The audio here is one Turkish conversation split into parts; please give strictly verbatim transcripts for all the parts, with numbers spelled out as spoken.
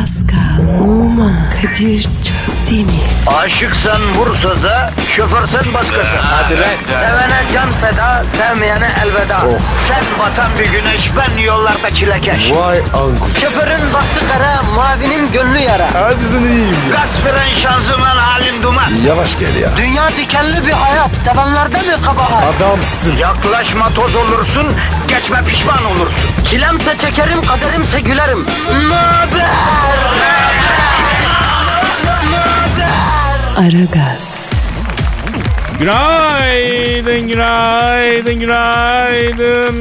Pascal, Oman, Kadir çok değil mi? Aşıksan vursa da, şoförsen başkasın. Hadi lan. Sevene can feda, sevmeyene elveda. Oh. Sen batan bir güneş, ben yollarda çilekeş. Vay anku. Şoförün baktı kara, mavinin gönlü yara. Hadi sen iyiyim ya. Kasperen şanzıman halin duman. Yavaş gel ya. Dünya dikenli bir hayat, sevenlerde mi kabahar? Adamsın. Yaklaşma toz olursun, geçme pişman olursun. Çilemse çekerim, kaderimse gülerim. Möber! Aragaz, Günaydın, günaydın, günaydın,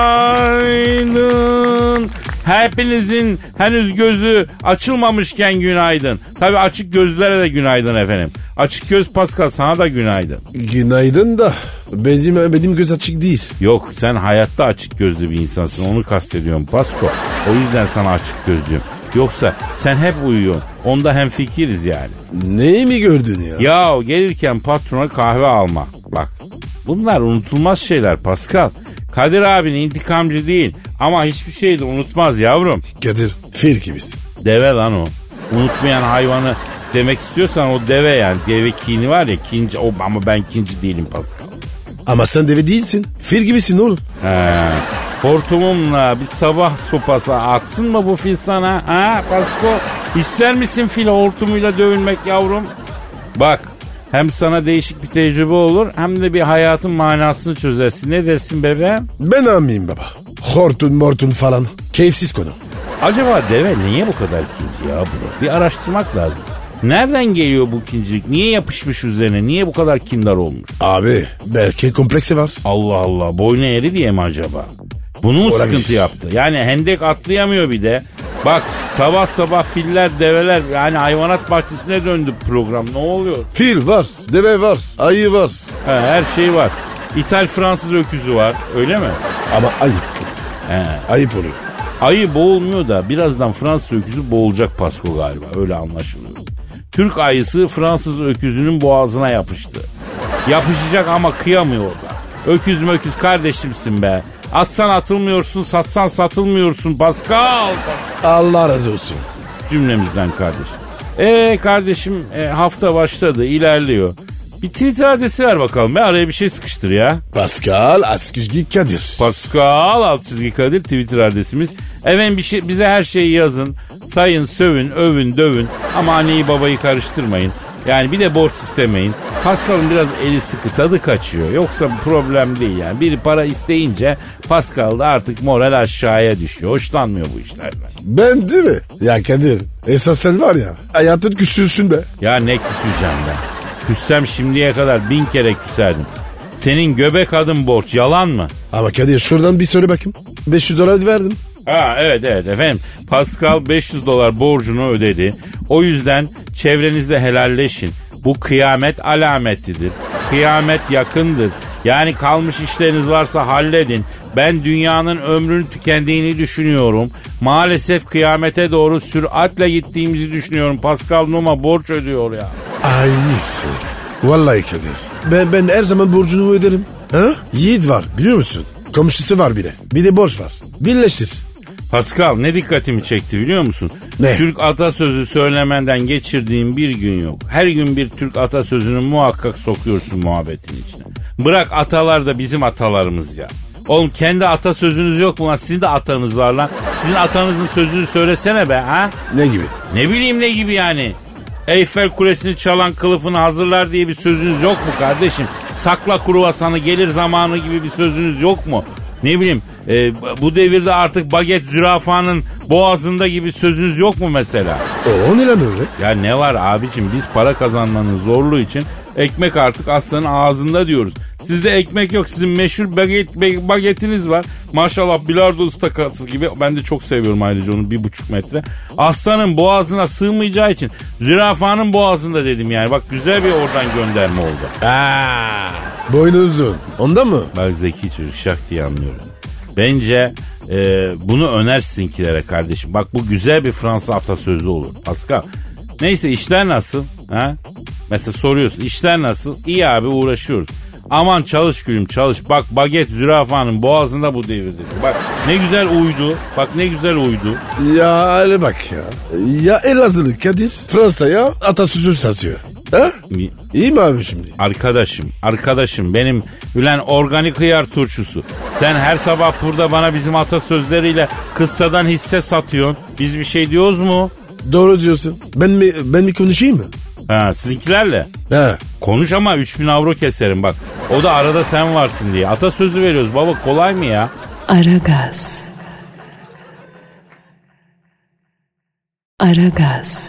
günaydın. Hepinizin henüz gözü açılmamışken günaydın. Tabii açık gözlülere de günaydın efendim. Açık göz Pascal, sana da günaydın. Günaydın da benim, benim göz açık değil. Yok, sen hayatta açık gözlü bir insansın, onu kastediyorum Pasko. O yüzden sana açık göz diyorum. Yoksa sen hep uyuyorsun. Onda hemfikiriz yani. Neyi mi gördün ya? Ya gelirken patrona kahve alma. Bak, bunlar unutulmaz şeyler Pascal. Kadir abin intikamcı değil ama hiçbir şeyi de unutmaz yavrum. Kadir fil gibisin. Deve lan o. Unutmayan hayvanı demek istiyorsan o deve yani. Deve kini var ya, kinci. O, ama ben kinci değilim Pascal. Ama sen deve değilsin. Fil gibisin oğlum. He. Hortumumla bir sabah sopası atsın mı bu fil sana? Ha Pasko? İster misin fil hortumuyla dövülmek yavrum? Bak, hem sana değişik bir tecrübe olur hem de bir hayatın manasını çözersin. Ne dersin bebeğim? Ben amiyim baba. Hortun mortun falan. Keyifsiz konu. Acaba deve niye bu kadar kinci ya bro? Bir araştırmak lazım. Nereden geliyor bu kincilik? Niye yapışmış üzerine? Niye bu kadar kindar olmuş? Abi belki kompleksi var. Allah Allah, boynu eğri diye mi acaba? Bunu mu Olabilir. sıkıntı yaptı? Yani hendek atlayamıyor bir de. Bak, sabah sabah filler, develer, yani hayvanat bahçesine döndü program. Ne oluyor? Fil var, deve var, ayı var. He, her şey var. İthal Fransız öküzü var, öyle mi? Ama ayıp. He. Ayıp oluyor. Ayı boğulmuyor da birazdan Fransız öküzü boğulacak Pasko galiba, öyle anlaşılıyor. Türk ayısı Fransız öküzünün boğazına yapıştı. Yapışacak ama kıyamıyor da. Öküz möküz kardeşimsin be. Atsan atılmıyorsun, satsan satılmıyorsun Pascal. Allah razı olsun. Cümlemizden kardeş. Eee kardeşim, e, hafta başladı, ilerliyor. Bir Twitter adresi ver bakalım be, araya bir şey sıkıştır ya. Pascal Askizgi Kadir. Pascal alt çizgi Kadir Twitter adresimiz. Efendim bir şey, bize her şeyi yazın. Sayın, sövün, övün, dövün. Ama anneyi babayı karıştırmayın. Yani bir de borç istemeyin. Pascal'ın biraz eli sıkı, tadı kaçıyor. Yoksa problem değil yani. Biri para isteyince Pascal'da artık moral aşağıya düşüyor. Hoşlanmıyor bu işlerden. Ben değil mi? Ya Kadir esas sen var ya hayatın küsürsün be. Ya ne küseceğim ben? Küssem şimdiye kadar bin kere küserdim. Senin göbek adım borç, yalan mı? Ama Kadir şuradan bir söyle bakayım. beş yüz dolar verdim. Ha evet evet efendim. Pascal beş yüz dolar borcunu ödedi. O yüzden çevrenizde helalleşin. Bu kıyamet alametidir. Kıyamet yakındır. Yani kalmış işleriniz varsa halledin. Ben dünyanın ömrünün tükendiğini düşünüyorum. Maalesef kıyamete doğru süratle gittiğimizi düşünüyorum. Pascal Numa borç ödüyor ya. Ay seni. Vallahi Kadir. Ben, ben her zaman borcunu öderim. Ha? Yiğit var biliyor musun? Komşusu var bir de. Bir de borç var. Birleştir. Pascal, ne dikkatimi çekti biliyor musun? Ne? Türk atasözü söylemenden geçirdiğim bir gün yok. Her gün bir Türk atasözünü muhakkak sokuyorsun muhabbetin içine. Bırak atalar da bizim atalarımız ya. Oğlum kendi atasözünüz yok mu lan? Sizin de atanız var lan. Sizin atanızın sözünü söylesene be ha? Ne gibi? Ne bileyim ne gibi yani? Eyfel Kulesi'ni çalan kılıfını hazırlar diye bir sözünüz yok mu kardeşim? Sakla kruvasanı gelir zamanı gibi bir sözünüz yok mu? Ne bileyim e, bu devirde artık baget zürafanın boğazında gibi sözünüz yok mu mesela? O ne lan öyle? Ya ne var abicim, biz para kazanmanın zorluğu için ekmek artık aslanın ağzında diyoruz. Sizde ekmek yok, sizin meşhur baget, bagetiniz var. Maşallah bilardo ıstakası gibi, ben de çok seviyorum ayrıca onu, bir buçuk metre. Aslanın boğazına sığmayacağı için zürafanın boğazında dedim yani. Bak güzel bir oradan gönderme oldu. Aaa. Boynu uzun. Ondan mı? Bak zeki çocuk, şak diye anlıyorum. Bence e, bunu öner sizinkilere kardeşim. Bak bu güzel bir Fransız atasözü olur. Pascal. Neyse işler nasıl? Ha? Mesela soruyorsun işler nasıl? İyi abi uğraşıyoruz. Aman çalış gülüm çalış. Bak baget zürafanın boğazında bu devirdir. Bak ne güzel uydu. Bak ne güzel uydu. Ya hadi bak ya. Ya Elazığlı Kadir Fransa'ya atasözü satıyor. Ha? İyi. İyi mi abi şimdi? Arkadaşım, arkadaşım benim ülen organik hıyar turşusu. Sen her sabah burada bana bizim atasözleriyle kıssadan hisse satıyorsun. Biz bir şey diyoruz mu? Doğru diyorsun. Ben mi ben mi konuşayım mı? Ha, sizinkilerle. He. Konuş ama üç bin avro keserim bak. O da arada sen varsın diye. Atasözü veriyoruz baba, kolay mı ya? Aragaz. Aragaz.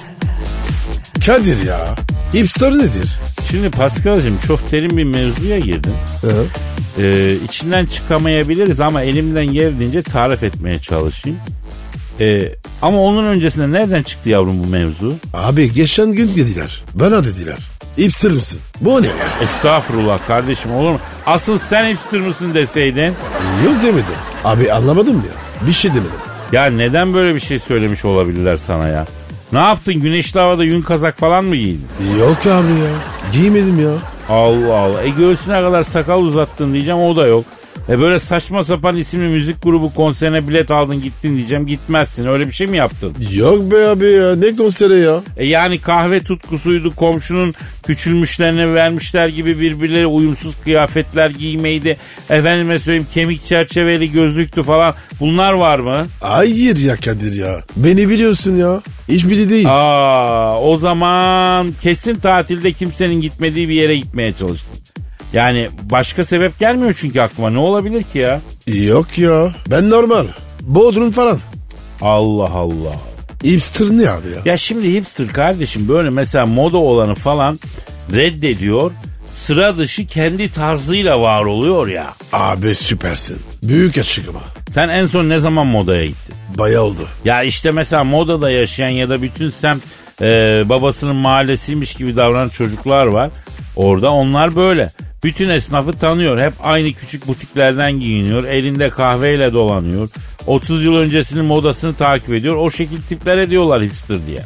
Kadir ya. Hipster nedir? Şimdi Pascal'cığım çok derin bir mevzuya girdin. He. Ee, içinden çıkamayabiliriz ama elimden geldiğince tarif etmeye çalışayım. Ee, ama onun öncesinde nereden çıktı yavrum bu mevzu? Abi geçen gün dediler. Bana dediler. Hipster misin? Bu ne ya? Estağfurullah kardeşim, olur mu? Asıl sen hipster mısın deseydin. Yok demedim. Abi anlamadım ya. Bir şey demedim. Ya neden böyle bir şey söylemiş olabilirler sana ya? Ne yaptın, güneşli havada yün kazak falan mı giydin? Yok abi ya. Giymedim ya. Allah Allah. E göğsüne kadar sakal uzattın diyeceğim, o da yok. E böyle saçma sapan isimli müzik grubu konserine bilet aldın gittin diyeceğim, gitmezsin. Öyle bir şey mi yaptın? Yok be abi ya, ne konseri ya? E yani kahve tutkusuydu, komşunun küçülmüşlerine vermişler gibi birbirleri uyumsuz kıyafetler giymeydi. Efendime söyleyeyim kemik çerçeveli gözlüktü falan, bunlar var mı? Hayır ya Kadir ya. Beni biliyorsun ya. Hiçbiri değil. Aa, o zaman kesin tatilde kimsenin gitmediği bir yere gitmeye çalıştın. Yani başka sebep gelmiyor çünkü aklıma. Ne olabilir ki ya? Yok ya. Ben normal. Bodrum falan. Allah Allah. Hipster ne abi ya? Ya şimdi hipster kardeşim böyle mesela moda olanı falan reddediyor. Sıra dışı kendi tarzıyla var oluyor ya. Abi süpersin. Büyük açıklama. Sen en son ne zaman modaya gittin? Bayağı oldu. Ya işte mesela modada yaşayan ya da bütün semt e, babasının mahallesiymiş gibi davranan çocuklar var. Orada onlar böyle. Bütün esnafı tanıyor. Hep aynı küçük butiklerden giyiniyor. Elinde kahveyle dolanıyor. otuz yıl öncesinin modasını takip ediyor. O şekil tiplere diyorlar hipster diye.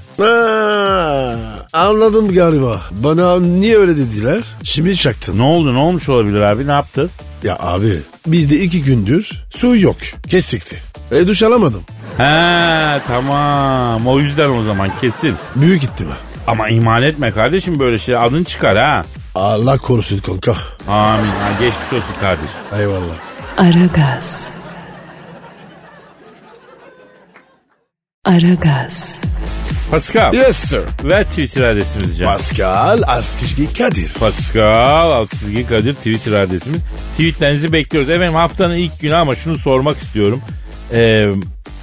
Ha, anladım galiba. Bana niye öyle dediler? Şimdi çaktın. Ne oldu, ne olmuş olabilir abi, ne yaptı? Ya abi bizde iki gündür su yok. Kesikti. E duş alamadım. He tamam, o yüzden o zaman kesin. Büyük ihtimal. Ama ihmal etme kardeşim böyle şey, adın çıkar ha. Allah korusun kanka. Amin. Ha, geçmiş olsun kardeşim. Eyvallah. Aragaz. Aragaz. Pascal. Yes sir. Ve Twitter adresimiz canım. Pascal Askışki Kadir. Pascal Altçizgi Kadir Twitter adresimiz. Tweetlerinizi bekliyoruz. Efendim haftanın ilk günü ama şunu sormak istiyorum. Ee,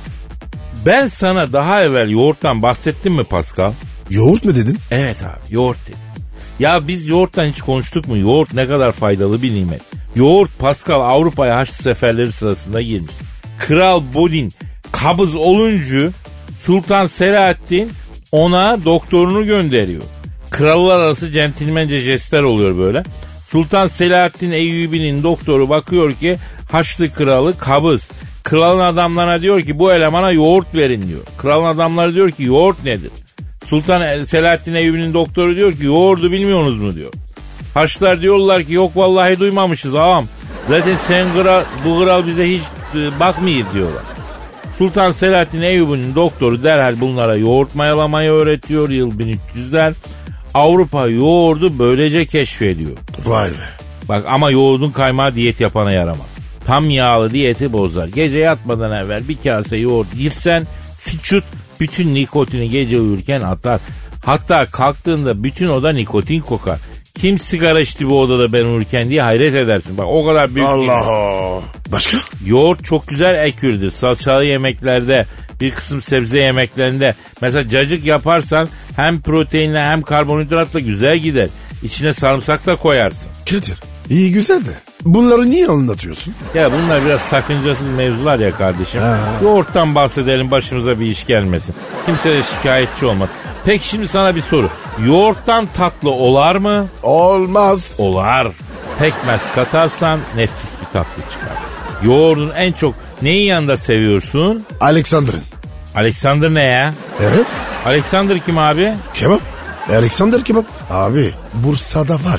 ben sana daha evvel yoğurttan bahsettim mi Pascal? Yoğurt mu dedin? Evet abi, yoğurt dedim. Ya biz yoğurttan hiç konuştuk mu? Yoğurt ne kadar faydalı bir nimet. Yoğurt Pascal Avrupa'ya Haçlı seferleri sırasında girmiş. Kral Bodin kabız olunca Sultan Selahaddin ona doktorunu gönderiyor. Krallar arası centilmence jestler oluyor böyle. Sultan Selahaddin Eyyubi'nin doktoru bakıyor ki Haçlı kralı kabız. Kralın adamlarına diyor ki bu elemana yoğurt verin diyor. Kralın adamları diyor ki yoğurt nedir? Sultan Selahaddin Eyyubi'nin doktoru diyor ki yoğurdu bilmiyorsunuz mu diyor. Haçlılar diyorlar ki yok vallahi duymamışız ağam. Zaten sen kral, bu kral bize hiç e, bakmıyor diyorlar. Sultan Selahaddin Eyyubi'nin doktoru derhal bunlara yoğurt mayalamayı öğretiyor yıl bin üç yüzler. Avrupa yoğurdu böylece keşfediyor. Vay be. Bak ama yoğurdun kaymağı diyet yapana yaramaz. Tam yağlı diyeti bozar. Gece yatmadan evvel bir kase yoğurt yersen vücut bütün nikotini gece uyurken atar. Hatta kalktığında bütün oda nikotin kokar. Kim sigara içti bu odada ben uyurken diye hayret edersin. Bak o kadar büyük. Allah. Başka? Yoğurt çok güzel ekürdür. Salçalı yemeklerde, bir kısım sebze yemeklerinde. Mesela cacık yaparsan hem proteinle hem karbonhidratla güzel gider. İçine sarımsak da koyarsın. Kadir iyi güzel de bunları niye anlatıyorsun? Ya bunlar biraz sakıncasız mevzular ya kardeşim. Ha. Yoğurttan bahsedelim, başımıza bir iş gelmesin. Kimse de şikayetçi olmaz. Peki şimdi sana bir soru. Yoğurttan tatlı olar mı? Olmaz. Olar. Pekmez katarsan nefis bir tatlı çıkar. Yoğurdun en çok neyin yanında seviyorsun? Alexander'ın. Alexander ne ya? Evet. Alexander kim abi? Kebap. Alexander kebap. Abi Bursa'da var. Çok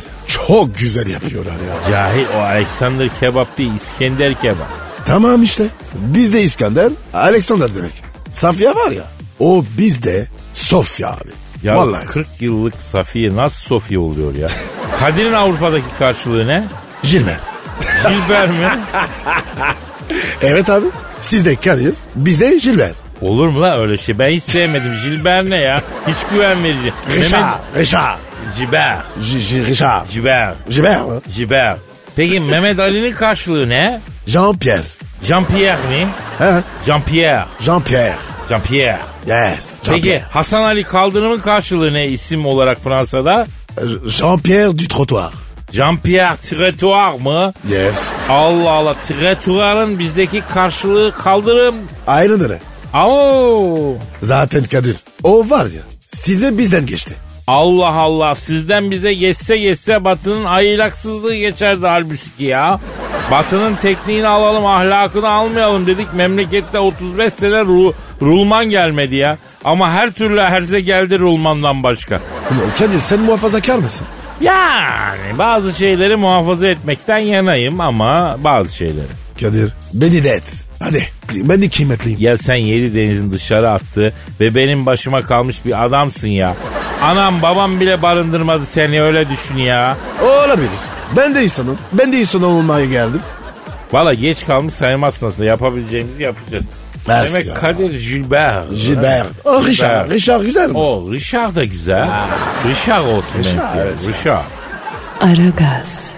çok güzel yapıyorlar ya. Cahil, o Alexander kebap değil, İskender kebap. Tamam işte. Bizde İskender, Alexander demek. Safya var ya, o bizde Sofya abi. Ya vallahi. kırk yıllık Safiye nasıl Sofya oluyor ya? Kadir'in Avrupa'daki karşılığı ne? Gilbert. Gilbert mi? Evet abi. Sizde Kadir, bizde Gilbert. Olur mu la öyle şey? Ben hiç sevmedim. Gilbert ne ya? Hiç güven verici. Richard, Richard. Gilbert. J- J- Richard. Gilbert. Gilbert mı? Gilbert. Peki Mehmet Ali'nin karşılığı ne? Jean-Pierre. Jean-Pierre mi? He? Jean-Pierre. Jean-Pierre. Jean-Pierre. Yes. Peki Jean-Pierre. Hasan Ali Kaldırım'ın karşılığı ne isim olarak Fransa'da? Jean-Pierre du trottoir. Jean-Pierre Trottoir mı? Yes. Allah Allah, Trottoir'ın bizdeki karşılığı kaldırım. Aynen öyle. Oo. Zaten Kadir, o var ya, size bizden geçti. Allah Allah, sizden bize geçse geçse Batı'nın ahlaksızlığı geçerdi halbuki ya. Batı'nın tekniğini alalım, ahlakını almayalım dedik. Memlekette otuz beş sene ru, rulman gelmedi ya. Ama her türlü herze geldi rulmandan başka. Kadir, sen muhafazakar mısın? Yani bazı şeyleri muhafaza etmekten yanayım ama bazı şeyleri. Kadir, beni de et. Hadi, ben de kıymetliyim. Ya sen yedi denizin dışarı attı ve benim başıma kalmış bir adamsın ya. Anam babam bile barındırmadı seni, öyle düşün ya. Olabilir. Ben de insanım. Ben de insan olmaya geldim. Valla geç kalmış sayılmazsın aslında. Yapabileceğimizi yapacağız. Öf Demek ya. Kadir Gilbert. Gilbert. Oh Richard. Richard güzel mi? O Richard da güzel. Richard olsun. Richard, belki. evet. Richard. Aragaz.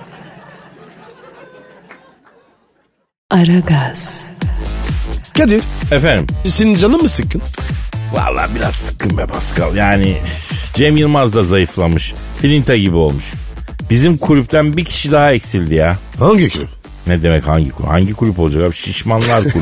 Aragaz. Kadir, Efendim. senin canın mı sıkkın? Valla biraz sıkkın be Pascal. Yani Cem Yılmaz da zayıflamış. Filinta gibi olmuş. Bizim kulüpten bir kişi daha eksildi ya. Hangi kulüp? Ne demek hangi kulüp? Hangi kulüp olacak abi? Şişmanlar kulübü.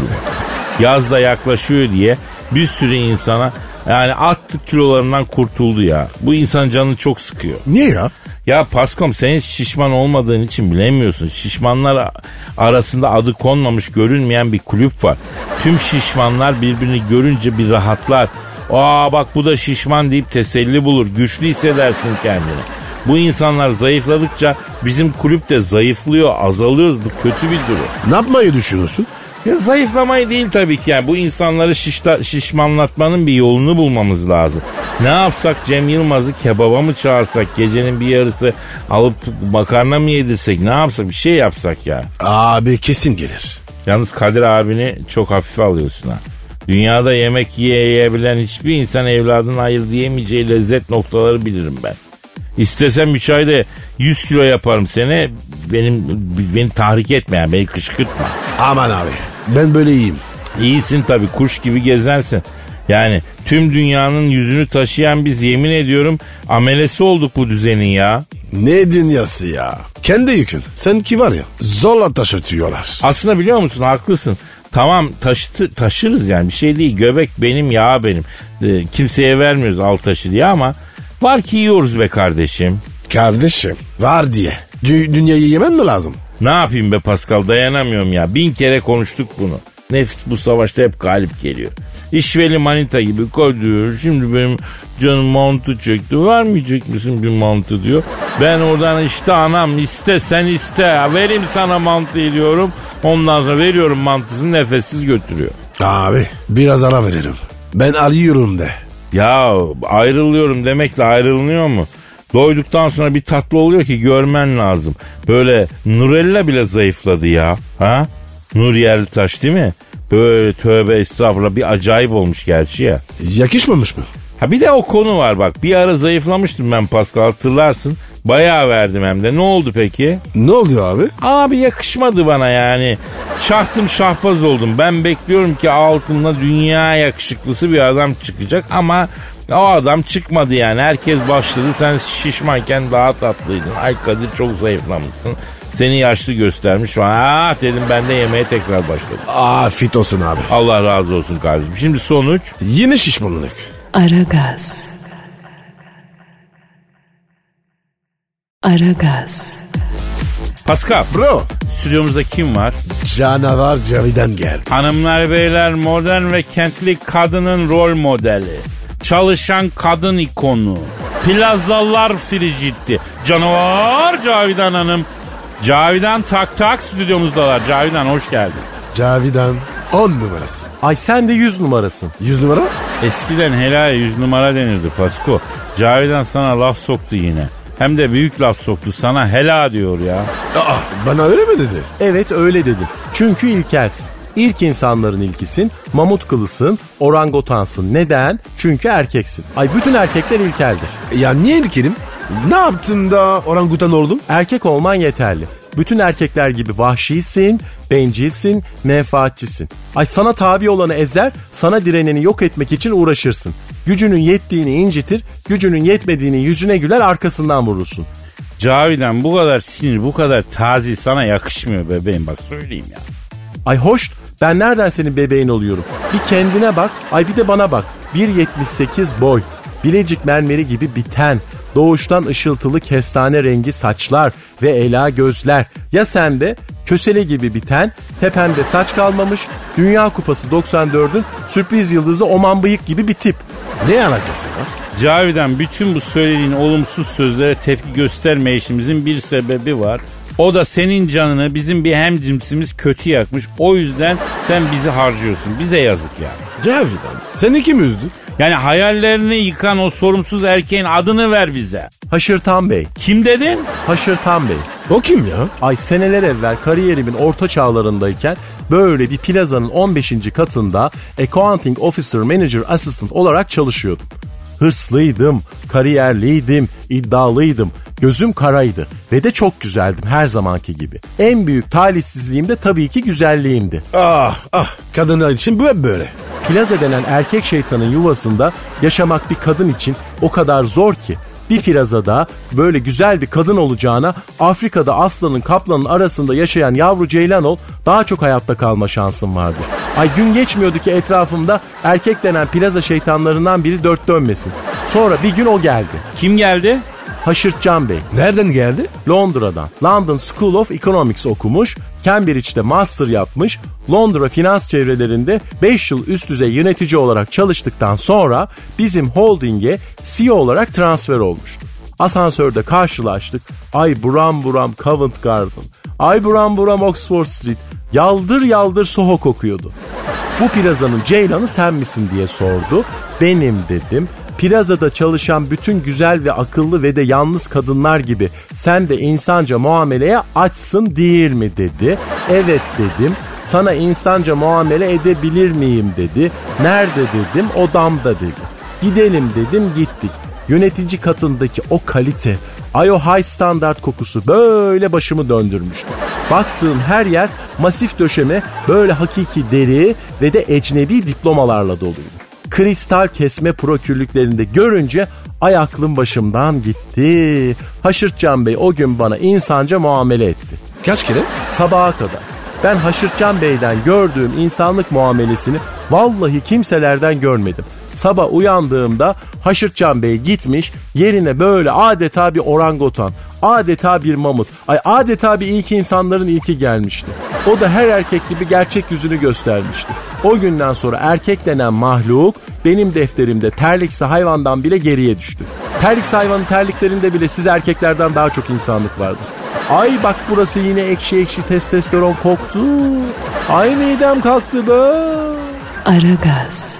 Yaz da yaklaşıyor diye bir sürü insana yani attık kilolarından kurtuldu ya. Bu insanın canını çok sıkıyor. Niye ya? Ya Paskom, sen hiç şişman olmadığın için bilemiyorsun. Şişmanlar arasında adı konmamış, görünmeyen bir kulüp var. Tüm şişmanlar birbirini görünce bir rahatlar. Aa bak bu da şişman deyip teselli bulur. Güçlü hissedersin kendini. Bu insanlar zayıfladıkça bizim kulüp de zayıflıyor, azalıyoruz. Bu kötü bir durum. Ne yapmayı düşünüyorsun? Ya zayıflamayı değil tabii ki yani. Bu insanları şişta, şişmanlatmanın bir yolunu bulmamız lazım. Ne yapsak, Cem Yılmaz'ı kebaba mı çağırsak, gecenin bir yarısı alıp makarna mı yedirsek, ne yapsak, bir şey yapsak ya. Abi kesin gelir. Yalnız Kadir abini çok hafife alıyorsun ha. Dünyada yemek yiyebilen hiçbir insan evladına hayır diyemeyeceği lezzet noktaları bilirim ben. İstesem üç ayda yüz kilo yaparım seni. Benim beni tahrik etme yani, beni kışkırtma. Aman abi, ben böyle iyiyim. İyisin tabii, kuş gibi gezersin. Yani tüm dünyanın yüzünü taşıyan biz, yemin ediyorum amelesi olduk bu düzenin ya. Ne dünyası ya? Kendi yükün. Sen ki var ya, zorla taşıtıyorlar. Aslında biliyor musun, haklısın. Tamam taşıtı, taşırız yani, bir şey değil. Göbek benim, yağ benim. Ee, kimseye vermiyoruz al taşı diye ama var ki yiyoruz be kardeşim. Kardeşim var diye. Dü- dünyayı yemen mi lazım? Ne yapayım be Pascal, dayanamıyorum ya. Bin kere konuştuk bunu. Nefis bu savaşta hep galip geliyor. İşveli manita gibi Kadir, şimdi benim canım mantı çekti, vermeyecek misin bir mantı diyor. Ben oradan işte anam iste sen iste, vereyim sana mantıyı diyorum. Ondan sonra veriyorum mantısını, nefessiz götürüyor. Abi biraz ara verelim. Ben alıyorum de. Ya ayrılıyorum demekle ayrılınıyor mu? Doyduktan sonra bir tatlı oluyor ki görmen lazım. Böyle Nurella bile zayıfladı ya. Ha? Nur Yerlitaş değil mi? Böyle tövbe estağfurullah, bir acayip olmuş gerçi ya. Yakışmamış mı? Ha bir de o konu var bak. Bir ara zayıflamıştım ben Pascal, hatırlarsın. Bayağı verdim hem de. Ne oldu peki? Ne oldu abi? Abi yakışmadı bana yani. Şahtım şahbaz oldum. Ben bekliyorum ki altımda dünya yakışıklısı bir adam çıkacak ama o adam çıkmadı yani. Herkes başladı. Sen şişmanken daha tatlıydın. Ay Kadir çok zayıflamışsın. Seni yaşlı göstermiş falan. Ah dedim, ben de yemeğe tekrar başladım. Afiyet olsun abi. Allah razı olsun kardeşim. Şimdi sonuç? Yine şişmanlık. Aragaz. Aragaz. Pascal. Bro. Stüdyomuzda kim var? Canavar Cavidan geldi. Hanımlar beyler, modern ve kentli kadının rol modeli. Çalışan kadın ikonu. Plazalar frijitti. Canavar Cavidan Hanım. Cavidan tak tak stüdyomuzdalar. Cavidan hoş geldin. Cavidan on numarası. Ay sen de yüz numarasın. yüz numara? Eskiden helal yüz numara denirdi Pasko. Cavidan sana laf soktu yine. Hem de büyük laf soktu. Sana hela diyor ya. Aa, bana öyle mi dedi? Evet öyle dedim. Çünkü ilkelsin. İlk insanların ilkisin, mamut kılısın, orangotansın. Neden? Çünkü erkeksin. Ay bütün erkekler ilkeldir. Ya niye ilkelim? Ne yaptın da orangutan oldun? Erkek olman yeterli. Bütün erkekler gibi vahşisin, bencilsin, menfaatçisin. Ay sana tabi olanı ezer, sana direneni yok etmek için uğraşırsın. Gücünün yettiğini incitir, gücünün yetmediğini yüzüne güler arkasından vurursun. Cavidan bu kadar sinir, bu kadar tazi sana yakışmıyor bebeğim, bak söyleyeyim ya. Ay hoş, ben nereden senin bebeğin oluyorum? Bir kendine bak, ay bir de bana bak. bir yetmiş sekiz boy, Bilecik mermeri gibi biten, doğuştan ışıltılı kestane rengi saçlar ve ela gözler. Ya sende kösele gibi biten, tepende saç kalmamış, Dünya Kupası doksan dördün sürpriz yıldızı Oman Bıyık gibi bir tip. Ne alakası var? Cavidan bütün bu söylediğin olumsuz sözlere tepki göstermeyişimizin bir sebebi var. O da senin canını bizim bir hemcinsimiz kötü yakmış. O yüzden sen bizi harcıyorsun. Bize yazık ya. Cavidan seni kim üzdü? Yani hayallerini yıkan o sorumsuz erkeğin adını ver bize. Haşırtan Bey. Kim dedin? Haşırtan Bey. O kim ya? Ay seneler evvel kariyerimin orta çağlarındayken böyle bir plazanın on beşinci katında Accounting Officer Manager Assistant olarak çalışıyordum. Hırslıydım, kariyerliydim, iddialıydım. Gözüm karaydı ve de çok güzeldim her zamanki gibi. En büyük talihsizliğim de tabii ki güzelliğimdi. Ah ah, kadınlar için bu hep böyle. Plaza denen erkek şeytanın yuvasında yaşamak bir kadın için o kadar zor ki. Bir plazada böyle güzel bir kadın olacağına Afrika'da aslanın kaplanın arasında yaşayan yavru ceylan ol, daha çok hayatta kalma şansın vardır. Ay gün geçmiyordu ki etrafımda erkek denen plaza şeytanlarından biri dört dönmesin. Sonra bir gün o geldi. Kim geldi? Haşırtcan Bey. Nereden geldi? Londra'dan. London School of Economics okumuş, Cambridge'de master yapmış, Londra finans çevrelerinde beş yıl üst düzey yönetici olarak çalıştıktan sonra bizim holdinge C E O olarak transfer olmuş. Asansörde karşılaştık. Ay buram buram Covent Garden, ay buram buram Oxford Street, yaldır yaldır Soho kokuyordu. Bu plazanın ceylanı sen misin diye sordu. Benim dedim. Plazada çalışan bütün güzel ve akıllı ve de yalnız kadınlar gibi sen de insanca muameleye açsın değil mi dedi. Evet dedim. Sana insanca muamele edebilir miyim dedi. Nerede dedim, odamda dedi. Gidelim dedim, gittik. Yönetici katındaki o kalite, ay o high standart kokusu böyle başımı döndürmüştü. Baktığım her yer masif döşeme, böyle hakiki deri ve de ecnebi diplomalarla doluydu. Kristal kesme prokürlüklerinde görünce ay aklım başımdan gitti. Haşırtcan Bey o gün bana insanca muamele etti. Kaç kere? Sabaha kadar. Ben Haşırtcan Bey'den gördüğüm insanlık muamelesini vallahi kimselerden görmedim. Sabah uyandığımda Haşırtcan Bey gitmiş, yerine böyle adeta bir orangutan, adeta bir mamut, ay adeta bir ilk insanların ilki gelmişti. O da her erkek gibi gerçek yüzünü göstermişti. O günden sonra erkek denen mahluk benim defterimde terlikse hayvandan bile geriye düştü. Terlikse hayvanın terliklerinde bile siz erkeklerden daha çok insanlık vardır. Ay bak burası yine ekşi ekşi testosteron koktu. Ay midem kalktı be. Aragaz.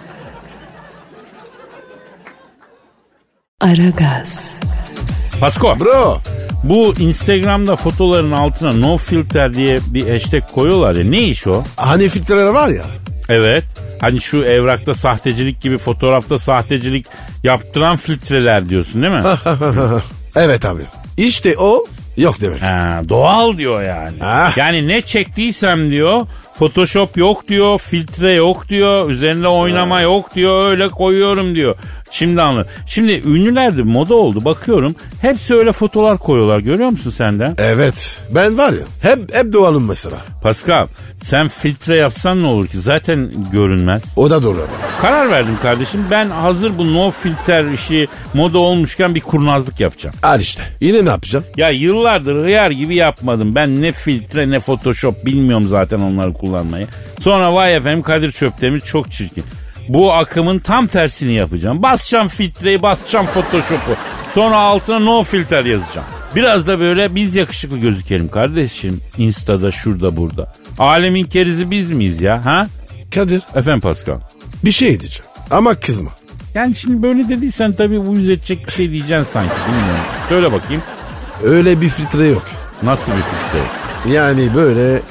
Aragaz. Pasko. Bro. Bu Instagram'da fotoların altına no filter diye bir hashtag koyuyorlar ya, ne iş o? Hani filtreler var ya. Evet. Hani şu evrakta sahtecilik gibi fotoğrafta sahtecilik yaptıran filtreler diyorsun değil mi? Evet abi. İşte o yok demek. Ha, doğal diyor yani. Ah. Yani ne çektiysem diyor, Photoshop yok diyor, filtre yok diyor, üzerinde oynama yok diyor, öyle koyuyorum diyor. Şimdi anladım. Şimdi ünlülerde moda oldu, bakıyorum. Hepsi öyle fotolar koyuyorlar, görüyor musun sen de? Evet. Ben var ya hep hep doğalım mesela. Pascal, sen filtre yapsan ne olur ki? Zaten görünmez. O da doğru. Karar verdim kardeşim. Ben hazır bu no filter işi moda olmuşken bir kurnazlık yapacağım. Al işte. Yine ne yapacaksın? Ya yıllardır hıyar gibi yapmadım. Ben ne filtre ne Photoshop bilmiyorum zaten onları kullanmayı. Sonra vay efendim Kadir Çöptemir çok çirkin. Bu akımın tam tersini yapacağım. Basacağım filtreyi, basacağım Photoshop'u. Sonra altına no filter yazacağım. Biraz da böyle biz yakışıklı gözükelim kardeşim. Insta'da, şurada, burada. Alemin kerizi biz miyiz ya? Ha? Kadir. Efendim Pascal. Bir şey diyeceğim ama kızma. Yani şimdi böyle dediysen tabii uyuz edecek bir şey diyeceksin sanki. Bilmiyorum. Söyle bakayım. Öyle bir filtre yok. Nasıl bir filtre? Yani böyle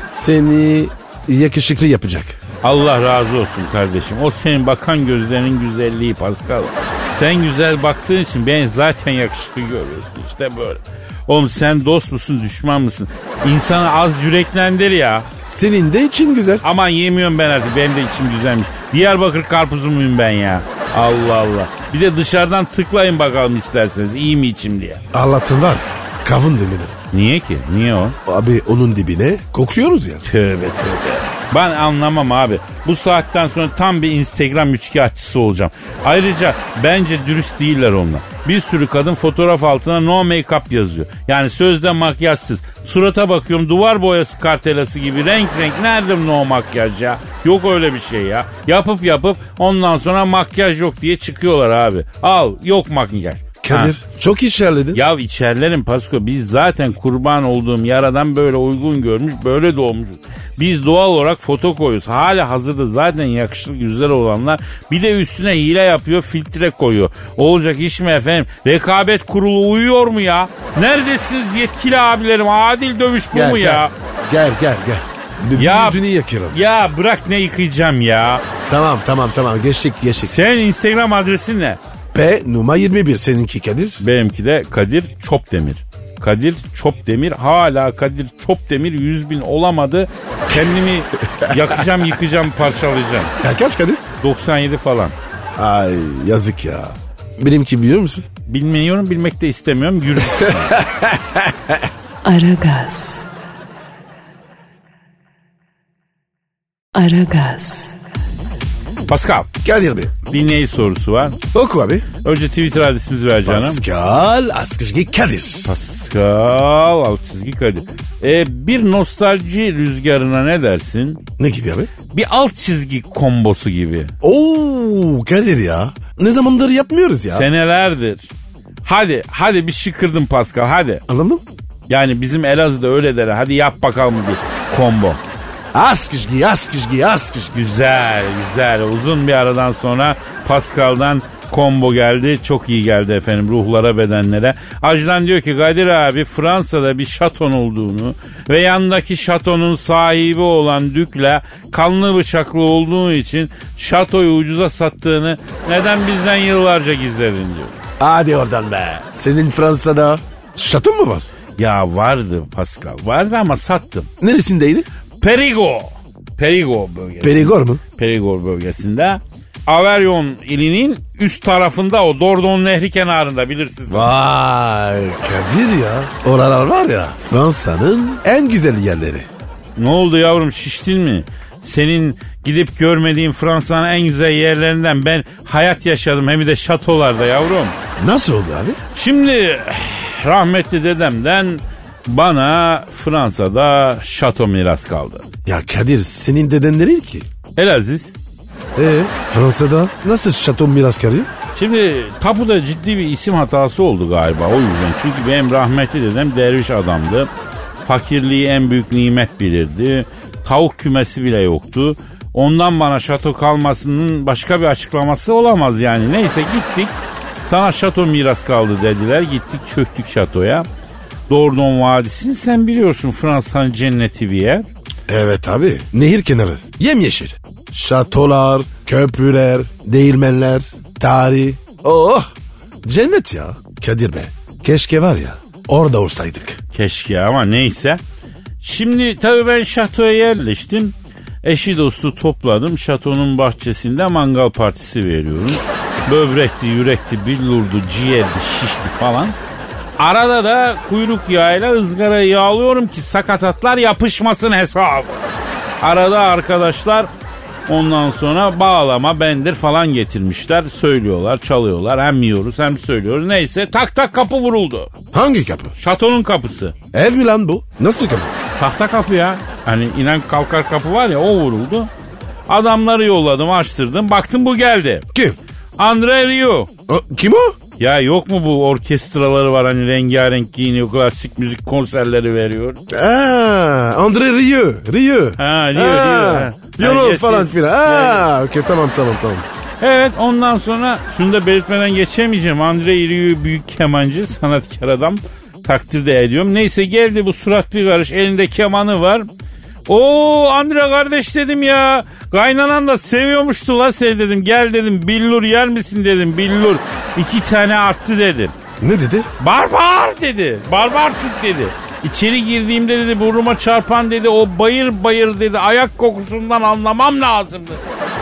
seni yakışıklı yapacak. Allah razı olsun kardeşim. O senin bakan gözlerinin güzelliği Pascal. Sen güzel baktığın için beni zaten yakışıklı görüyorsun. İşte böyle. Oğlum sen dost musun, düşman mısın? İnsanı az yüreklendir ya. Senin de için güzel. Aman yemiyorum ben artık. Benim de içim güzelmiş. Diyarbakır karpuzu muyum ben ya? Allah Allah. Bir de dışarıdan tıklayın bakalım isterseniz. İyi mi içim diye. Allah'tan var. Kavun demini. Niye ki? Niye o? Abi onun dibine kokuyoruz ya. Tövbe tövbe. Ben anlamam abi. Bu saatten sonra tam bir Instagram üçkağıtçısı olacağım. Ayrıca bence dürüst değiller onlar. Bir sürü kadın fotoğraf altına no make-up yazıyor. Yani sözde makyajsız. Surata bakıyorum duvar boyası kartelası gibi renk renk. Nerede no makyaj ya? Yok öyle bir şey ya. Yapıp yapıp ondan sonra makyaj yok diye çıkıyorlar abi. Al yok makyaj. Kadir ha. Çok içerledin. Ya içerlerim Pasko. Biz zaten kurban olduğum yaradan böyle uygun görmüş, böyle doğmuşuz. Biz doğal olarak foto koyuyoruz. Hala hazırda zaten yakışıklı güzel olanlar bir de üstüne hile yapıyor, filtre koyuyor. Olacak iş mi efendim? Rekabet kurulu uyuyor mu ya? Neredesiniz yetkili abilerim? Adil dövüş bu gel, mu gel. ya? Gel gel gel. Bir ya, yüzünü yakıyorum. Ya bırak ne yıkayacağım ya? Tamam tamam tamam geçtik geçtik. Senin Instagram adresin ne? P numara yirmi bir seninki Kadir. Benimki de Kadir Çopdemir. Kadir Çopdemir. Hala Kadir Çopdemir yüz bin olamadı. Kendimi yakacağım, yıkacağım, parçalayacağım. Ya kaç Kadir? doksan yedi falan. Ay yazık ya. Benimki biliyor musun? Bilmiyorum, bilmek de istemiyorum. Yürü. Aragaz. Aragaz. Pascal. Kadir Bey. Dinleyici sorusu var. Oku abi. Önce Twitter adresimizi ver canım. Pascal Askışgi Kadir. Pascal Askışgi Kadir. Ee, bir nostalji rüzgarına ne dersin? Ne gibi abi? Bir alt çizgi kombosu gibi. Oo Kadir ya. Ne zamandır yapmıyoruz ya. Senelerdir. Hadi hadi bir şıkırdım Pascal hadi. Anladın? Yani bizim Elazığ'da öyle der. Hadi yap bakalım bir combo. Askışgi, askışgi, askışgi. Güzel, güzel. Uzun bir aradan sonra Pascal'dan combo geldi. Çok iyi geldi efendim ruhlara, bedenlere. Ajdan diyor ki Kadir abi Fransa'da bir şaton olduğunu ve yandaki şatonun sahibi olan dükle kanlı bıçaklı olduğu için şatoyu ucuza sattığını neden bizden yıllarca gizledin diyor. Hadi oradan be. Senin Fransa'da şaton mu var? Ya vardı Pascal. Vardı ama sattım. Neresindeydi? Perigo. Perigo bölgesinde. Perigord mu? Perigord bölgesinde. Aveyron ilinin üst tarafında o Dordogne Nehri kenarında bilirsiniz. Vay Kadir ya. Oralar var ya Fransa'nın en güzel yerleri. Ne oldu yavrum şiştin mi? Senin gidip görmediğin Fransa'nın en güzel yerlerinden ben hayat yaşadım hem de şatolarda yavrum. Nasıl oldu abi? Şimdi rahmetli dedemden bana Fransa'da şato miras kaldı. Ya Kadir senin deden nereli ki? Elaziz. Ee, Fransa'da nasıl şato miras kalıyor? Şimdi tapuda ciddi bir isim hatası oldu galiba o yüzden. Çünkü benim rahmetli dedem derviş adamdı. Fakirliği en büyük nimet bilirdi. Tavuk kümesi bile yoktu. Ondan bana şato kalmasının başka bir açıklaması olamaz yani. Neyse gittik. Sana şato miras kaldı dediler. Gittik çöktük şatoya. Dordogne Vadisi'ni sen biliyorsun, Fransa'nın cenneti bir yer. Evet abi. Nehir kenarı. Yemyeşil. Şatolar, köprüler, değirmenler, tarih. Oh! Cennet ya. Kadir be. Keşke var ya orada olsaydık. Keşke ama neyse. Şimdi tabii ben şatoya yerleştim. Eşi dostu topladım. Şatonun bahçesinde mangal partisi veriyorum. Böbrekti, yürekti, billurdu, ciğerdi, şişti falan. Arada da kuyruk yağıyla ızgarayı yağlıyorum ki sakatatlar yapışmasın hesabı. Arada arkadaşlar ondan sonra bağlama, bendir falan getirmişler. Söylüyorlar, çalıyorlar. Hem yiyoruz hem söylüyoruz. Neyse tak tak kapı vuruldu. Hangi kapı? Şatonun kapısı. Ev mi lan bu? Nasıl kapı? Tahta kapı ya. Hani inen kalkar kapı var ya, o vuruldu. Adamları yolladım, açtırdım. Baktım bu geldi. Kim? Andre Rieu. O, kim o? Ya yok mu bu orkestraları var hani rengarenk giyiniyor, klasik müzik konserleri veriyor. Aa, Andre Rieu. Rieu. Ha Rieu Rieu. Ha. Violon yes, falan yes. filan. Aa, okey tamam tamam tamam. Evet, ondan sonra şunu da belirtmeden geçemeyeceğim. Andre Rieu büyük kemancı, sanatkar adam. Takdir de ediyorum. Neyse geldi bu surat bir karış, elinde kemanı var. Oo Andre kardeş dedim ya. Kaynanan da seviyormuştu la seni dedim. Gel dedim, billur yer misin dedim, billur. İki tane arttı dedim. Ne dedi? Barbar dedi. Barbar Türk dedi. İçeri girdiğimde dedi burnuma çarpan dedi o bayır bayır dedi ayak kokusundan anlamam lazımdı.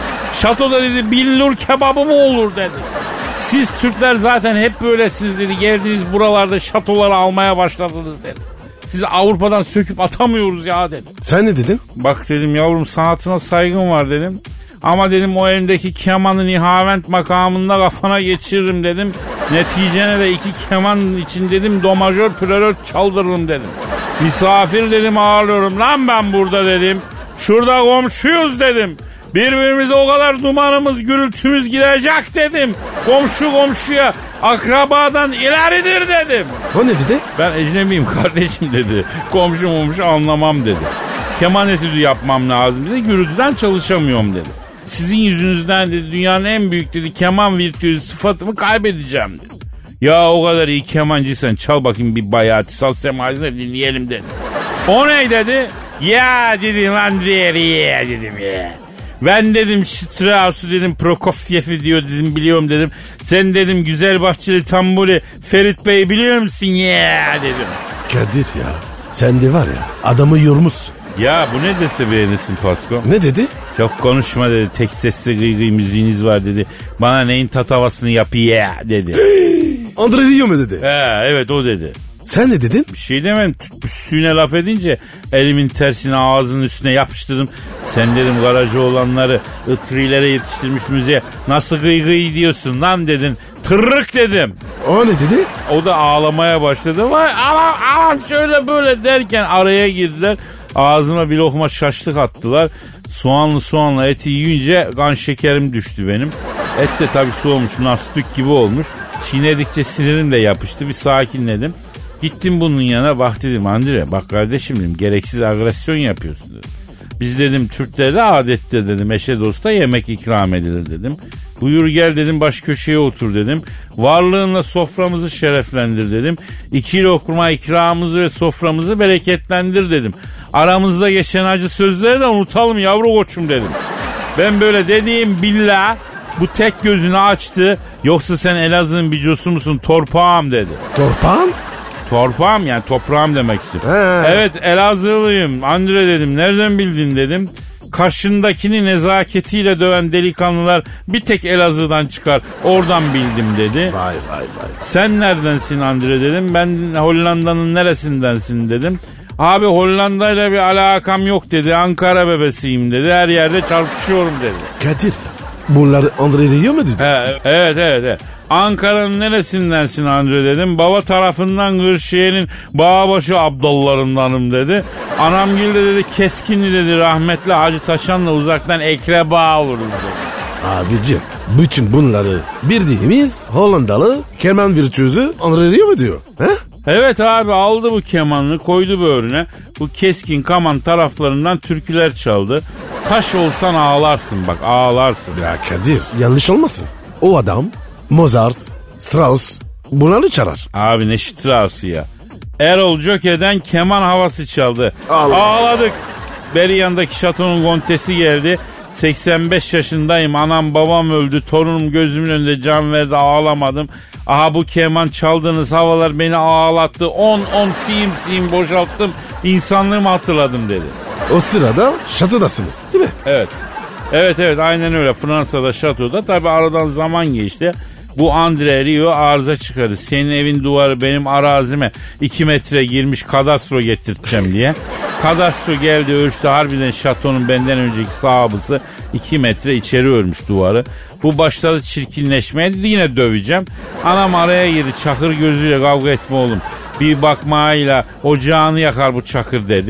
Şatoda dedi billur kebabı mı olur dedi. Siz Türkler zaten hep böylesiniz dedi. Geldiniz buralarda şatoları almaya başladınız dedi. Sizi Avrupa'dan söküp atamıyoruz ya dedi. Sen ne dedin? Bak dedim yavrum, sanatına saygım var dedim. Ama dedim o elimdeki kemanı nihavent makamında kafana geçiririm dedim. Neticene de iki keman için dedim do majör plörör çaldırırım dedim. Misafir dedim ağırlıyorum lan ben burada dedim. Şurada komşuyuz dedim. Birbirimize o kadar dumanımız gürültümüz gidecek dedim. Komşu komşuya akrabadan ileridir dedim. O ne dedi? Ben ecnebiyim kardeşim dedi. Komşu komşu anlamam dedi. Keman etüdü yapmam lazım dedi. Gürültüden çalışamıyorum dedi. Sizin yüzünüzden dedi dünyanın en büyük dedi keman virtüözü sıfatımı kaybedeceğim dedi. Ya o kadar iyi kemancıysan çal bakayım bir bayati saz semazine dinleyelim dedi. O ne dedi? Ya dedim Andre Rieu dedim ya. Ben dedim Strauss'u dedim Prokofiev'i diyor dedim biliyorum dedim. Sen dedim güzel bahçeli tamburi Ferit Bey biliyor musun ya dedim. Kadir ya sen de var ya adamı yormuşsun. Ya bu ne dese beğenirsin Pasko? Ne dedi? Çok konuşma dedi. Tek sesli gıy gıy müziğiniz var dedi. Bana neyin tatavasını yapıyor dedi. Andre Rieu mu dedi? He, evet o dedi. Sen ne dedin? Bir şey demem. Üstüne laf edince elimin tersini ağzının üstüne yapıştırdım. Sen dedim garajı olanları ıtrilere yetiştirmiş müziğe nasıl gıy gıy diyorsun lan dedin. Tırrık dedim. O ne dedi? O da ağlamaya başladı. Vay anam anam şöyle böyle derken araya girdiler. Ağzıma bir lokma şaşlık attılar. Soğanlı soğanlı eti yiyince kan şekerim düştü benim. Et de tabii soğumuş, nastuk gibi olmuş. Çiğnedikçe sinirim de yapıştı, bir sakinledim. Gittim bunun yanına, bak dedim Andre bak kardeşim dedim gereksiz agresyon yapıyorsun dedim. Biz dedim Türklerde adette dedim eşe dosta yemek ikram edilir dedim. Buyur gel dedim baş köşeye otur dedim. Varlığınla soframızı şereflendir dedim. İki lokma ikramımızı ve soframızı bereketlendir dedim. Aramızda geçen acı sözleri de unutalım yavru koçum dedim. Ben böyle dediğim billah bu tek gözünü açtı. Yoksa sen Elazığ'ın bicosu musun torpağım dedi. Torpağım? Torpağım yani toprağım demek istiyorum. He. Evet Elazığlıyım Andre dedim. Nereden bildin dedim. Karşındakini nezaketiyle döven delikanlılar bir tek Elazığ'dan çıkar. Oradan bildim dedi. Vay vay vay. Sen neredensin Andre dedim. Ben Hollanda'nın neresindensin dedim. Abi Hollanda'yla bir alakam yok dedi. Ankara bebesiyim dedi. Her yerde çarpışıyorum dedi. Kadir ya bunları Andre Rieu mu dedi? He, evet evet evet. Ankara'nın neresindensin Andre dedim. Baba tarafından Kırşehir'in Bağbaşı Abdallarındanım dedi. Anamgil de dedi Keskinli dedi rahmetli Hacı Taşan'la uzaktan ekreba oluruz dedi. Abicim bütün bunları bildiğimiz Hollandalı keman virtüözü Andre Rieu mu diyor? He? Evet abi aldı bu kemanını koydu böğrüne. Bu keskin kaman taraflarından türküler çaldı. Taş olsan ağlarsın bak ağlarsın. Ya Kadir yanlış olmasın. O adam Mozart, Strauss bunları çalar. Abi ne Strauss'u ya. Erol Joke'den keman havası çaldı. Allah. Ağladık. Beri yanındaki şatonun kontesi geldi. seksen beş yaşındayım. Anam babam öldü. Torunum gözümün önünde can verdi. Ağlamadım. Aha bu keman çaldığınız havalar beni ağlattı. On on siyim siyim boşalttım. İnsanlığımı hatırladım dedi. O sırada şatodasınız değil mi? Evet. Evet evet aynen öyle. Fransa'da şatoda. Tabi aradan zaman geçti. Bu Andre Rieu arıza çıkardı. Senin evin duvarı benim arazime iki metre girmiş kadastro getirteceğim diye. Kadastro geldi ölçtü. Harbiden şatonun benden önceki sahibi iki metre içeri örmüş duvarı. Bu başladı çirkinleşmeye. Dedi yine döveceğim. Anam araya girdi. Çakır gözüyle kavga etme oğlum. Bir bakmayla ocağını yakar bu çakır dedi.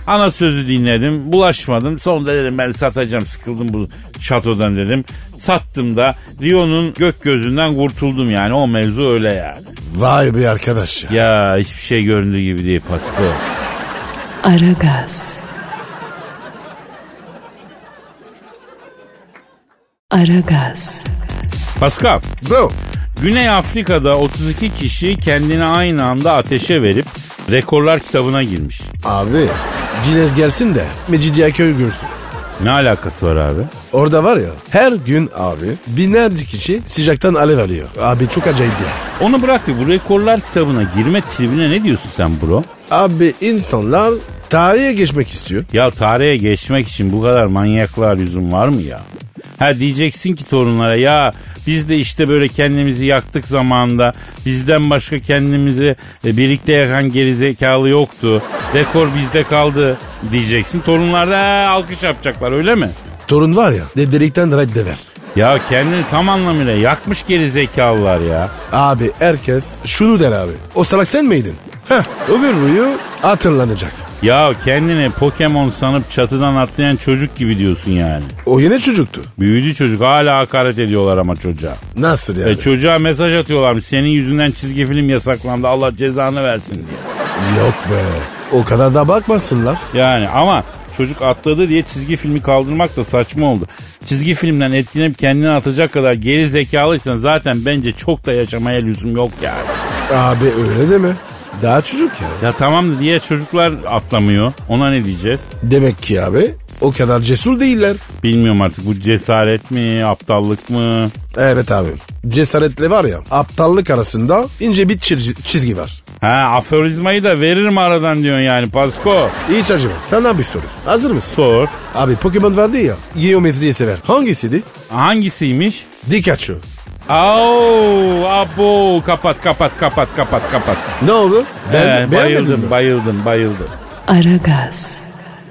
Ana sözü dinledim, bulaşmadım. Sonunda dedim ben satacağım, sıkıldım bu şatodan dedim. Sattım da Rio'nun gök gözünden kurtuldum yani. O mevzu öyle yani. Vay be arkadaş ya. Ya hiçbir şey göründüğü gibi değil Pasko. Aragaz. Aragaz. Pascal, Bro. Güney Afrika'da otuz iki kişi kendini aynı anda ateşe verip rekorlar kitabına girmiş. Abi Cines gelsin de Mecidiyeköy görsün. Ne alakası var abi? Orada var ya her gün abi binlerce kişi sıcaktan alev alıyor. Abi çok acayip ya. Onu bırak da bu rekorlar kitabına girme tribine ne diyorsun sen bro? Abi insanlar tarihe geçmek istiyor. Ya tarihe geçmek için bu kadar manyaklar lüzum var mı ya? Ha diyeceksin ki torunlara ya biz de işte böyle kendimizi yaktık zamanında. Bizden başka kendimizi birlikte yakan gerizekalı yoktu. Rekor bizde kaldı diyeceksin. Torunlar da alkış yapacaklar öyle mi? Torun var ya dedelikten reddever. Ya kendini tam anlamıyla yakmış gerizekalılar ya. Abi herkes şunu der abi. O salak sen miydin? Heh ömür boyu hatırlanacak. Ya kendini Pokemon sanıp çatıdan atlayan çocuk gibi diyorsun yani. O yine çocuktu. Büyüdü çocuk, hala hakaret ediyorlar ama çocuğa. Nasıl yani? E çocuğa mesaj atıyorlarmış, senin yüzünden çizgi film yasaklandı, Allah cezanı versin diye. Yok be. O kadar da bakmasınlar. Yani ama çocuk atladı diye çizgi filmi kaldırmak da saçma oldu. Çizgi filmden etkilenip kendini atacak kadar geri zekalıysan zaten bence çok da yaşamaya lüzum yok yani. Abi öyle deme. Daha çocuk ya. Ya tamam da diğer çocuklar atlamıyor. Ona ne diyeceğiz? Demek ki abi o kadar cesur değiller. Bilmiyorum artık, bu cesaret mi, aptallık mı? Evet abi. Cesaretle var ya aptallık arasında ince bir çiz- çizgi var. Ha, aforizmayı da veririm aradan diyorsun yani Pasko. Hiç acıma. Senden bir soru. Hazır mısın? Sor. Abi Pokemon vardı ya. Geometriyi sever. Hangisiydi? Hangisiymiş? Pikachu. Au, abo, kapat kapat kapat kapat kapat. Ne oldu? Ben, He, beğenmedin bayıldım mi? bayıldım bayıldım. Aragaz.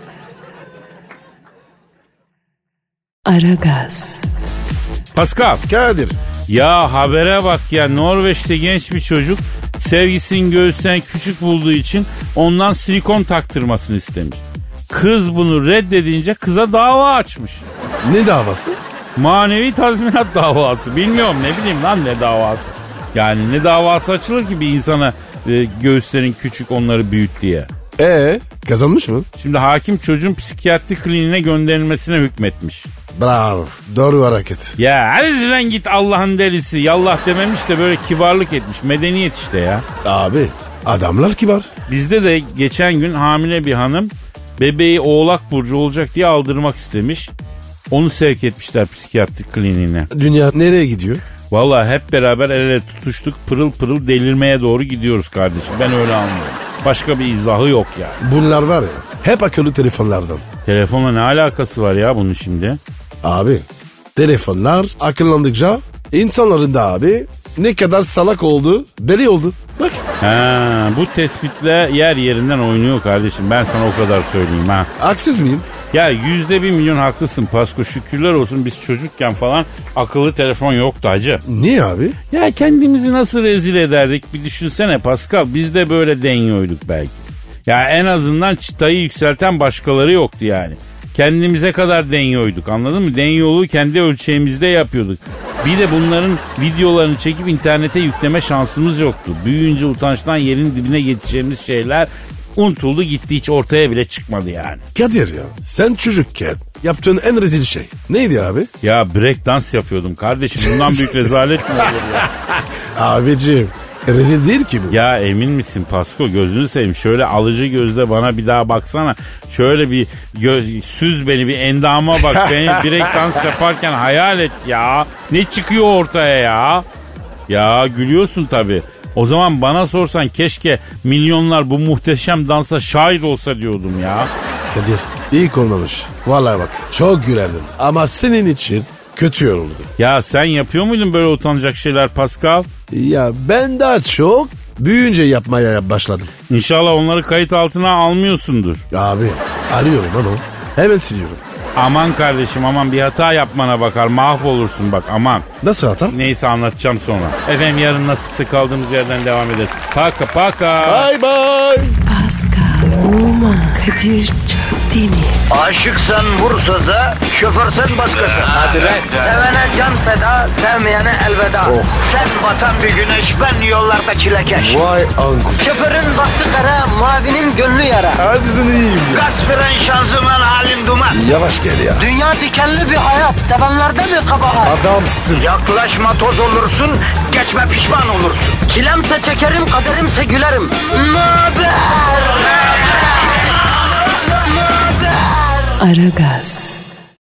Aragaz. Pascal, Kadir. ya habere bak ya, Norveç'te genç bir çocuk sevgisinin göğüsten küçük bulduğu için ondan silikon taktırmasını istemiş. Kız bunu reddedince kıza dava açmış. Ne davası? Manevi tazminat davası. Bilmiyorum, ne bileyim lan ne davası. Yani ne davası açılır ki bir insana e, göğüslerin küçük onları büyüt diye. Ee, kazanmış mı? Şimdi hakim çocuğun psikiyatri kliniğine gönderilmesine hükmetmiş. Bravo. Doğru hareket. Ya hadi lan git Allah'ın delisi. Yallah dememiş de böyle kibarlık etmiş. Medeniyet işte ya. Abi adamlar kibar. Bizde de geçen gün hamile bir hanım bebeği Oğlak Burcu olacak diye aldırmak istemiş. Onu sevk etmişler psikiyatri kliniğine. Dünya nereye gidiyor? Vallahi hep beraber el ele tutuştuk, pırıl pırıl delirmeye doğru gidiyoruz kardeşim. Ben öyle anlıyorum. Başka bir izahı yok yani. Bunlar var ya hep akıllı telefonlardan. Telefonla ne alakası var ya bunun şimdi? Abi telefonlar akıllandıkça insanların da abi ne kadar salak olduğu belli oldu. Bak. Ha, bu tespitle yer yerinden oynuyor kardeşim. Ben sana o kadar söyleyeyim ha. Haksız mıyım? Ya yüzde bir milyon haklısın Pasko. Şükürler olsun biz çocukken falan akıllı telefon yoktu hacı. Niye abi? Ya kendimizi nasıl rezil ederdik bir düşünsene Pascal. Biz de böyle deniyoryduk belki. Ya en azından çıtayı yükselten başkaları yoktu yani. Kendimize kadar deniyoryduk, anladın mı? Denyoluğu kendi ölçeğimizde yapıyorduk. Bir de bunların videolarını çekip internete yükleme şansımız yoktu. Büyüyünce utançtan yerin dibine geçeceğimiz şeyler unutuldu gitti, hiç ortaya bile çıkmadı yani. Kadir ya sen çocukken yaptığın en rezil şey neydi abi? Ya break dans yapıyordum kardeşim, bundan büyük rezalet mi olur ya? Abicim rezil değil ki bu. Ya emin misin Pasko, gözünü seveyim, şöyle alıcı gözle bana bir daha baksana. Şöyle bir göz, süz beni, bir endama bak, beni break dans yaparken hayal et ya. Ne çıkıyor ortaya ya? Ya gülüyorsun tabii. O zaman bana sorsan keşke milyonlar bu muhteşem dansa şahit olsa diyordum ya. Kadir iyi olmamış. Vallahi bak çok gülerdim ama senin için kötü yoruldu. Ya sen yapıyor muydun böyle utanacak şeyler Pascal? Ya ben daha çok büyüyünce yapmaya başladım. İnşallah onları kayıt altına almıyorsundur. Abi arıyorum lan o. Hemen siliyorum. Aman kardeşim aman, bir hata yapmana bakar, mahvolursun bak, aman. Nasıl hata? Neyse anlatacağım sonra. Efendim yarın nasipse kaldığımız yerden devam ederiz. Paka paka. Bye bye. Pascal, Oman, Aşıksan Kadir Çöptemir. Aşıksan vursa da, şoförsen başkasın. Hadi lan. Sevene can feda, sevmeyene elveda. Sen batan bir güneş, ben yollarda çilekeş. Vay anku. Şoförün baktı kara, mavinin gönlü yara. Hadi sen iyiyim ya. Kasperen şanzıman halin duman. Yavaş gel ya. Dünya dikenli bir hayat, sevenlerde mi kabahar? Adamsın. Yaklaşma toz olursun, geçme pişman olursun. Çilemse çekerim, kaderimse gülerim. Möber! Aragaz.